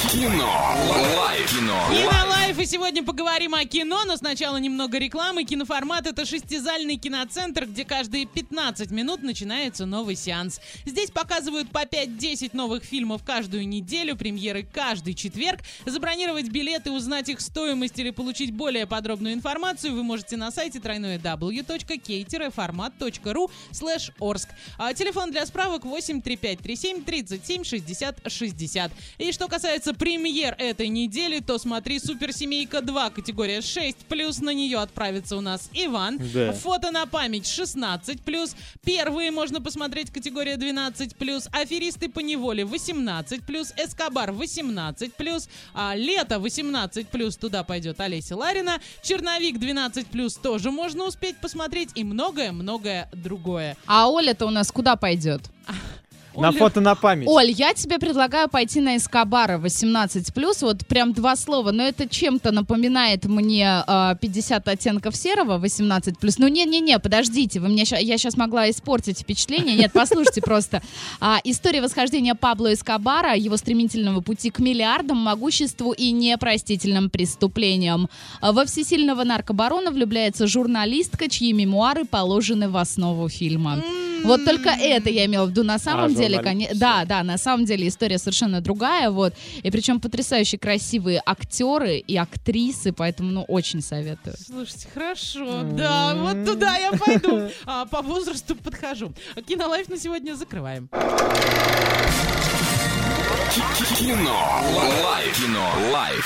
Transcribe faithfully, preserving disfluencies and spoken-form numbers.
Кино. Лайф. Кино. Кино Лайф. И сегодня поговорим о кино, но сначала немного рекламы. Киноформат — это шестизальный киноцентр, где каждые пятнадцать минут начинается новый сеанс. Здесь показывают по пять-десять новых фильмов каждую неделю, премьеры каждый четверг. Забронировать билеты, узнать их стоимость или получить более подробную информацию вы можете на сайте дабл ю дабл ю дабл ю точка кей формат точка ру слэш орск. А телефон для справок восемь три пять три семь тридцать семь шестьдесят шестьдесят. И что касается премьер этой недели, то смотри «Суперсемейка два», категория шесть плюс, на нее отправится у нас Иван. Да. «Фото на память» шестнадцать плюс. Первые можно посмотреть, категория двенадцать плюс. «Аферисты по неволе» восемнадцать плюс. «Эскобар» восемнадцать плюс. А «Лето» восемнадцать плюс, туда пойдет Олеся Ларина. «Черновик» двенадцать плюс тоже можно успеть посмотреть. И многое-многое другое. А Оля-то у нас куда пойдет? На Оля- фото на память. Оль, я тебе предлагаю пойти на Эскобара восемнадцать плюс, вот прям два слова, но это чем-то напоминает мне э, пятьдесят оттенков серого восемнадцать плюс. Ну не-не-не, подождите, вы мне ща- я сейчас могла испортить впечатление. Нет, послушайте просто. А, история восхождения Пабло Эскобара, его стремительного пути к миллиардам, могуществу и непростительным преступлениям. А, Во всесильного наркобарона влюбляется журналистка, чьи мемуары положены в основу фильма. Вот только это я имела в виду. На самом А, деле, журналист. коне- да, да, на самом деле история совершенно другая, вот. И причем потрясающе красивые актеры и актрисы, поэтому, ну, очень советую. Слушайте, хорошо, да, вот туда я пойду. А, по возрасту подхожу. Кино Лайф на сегодня закрываем. Кино. Лайф. Кино. Лайф.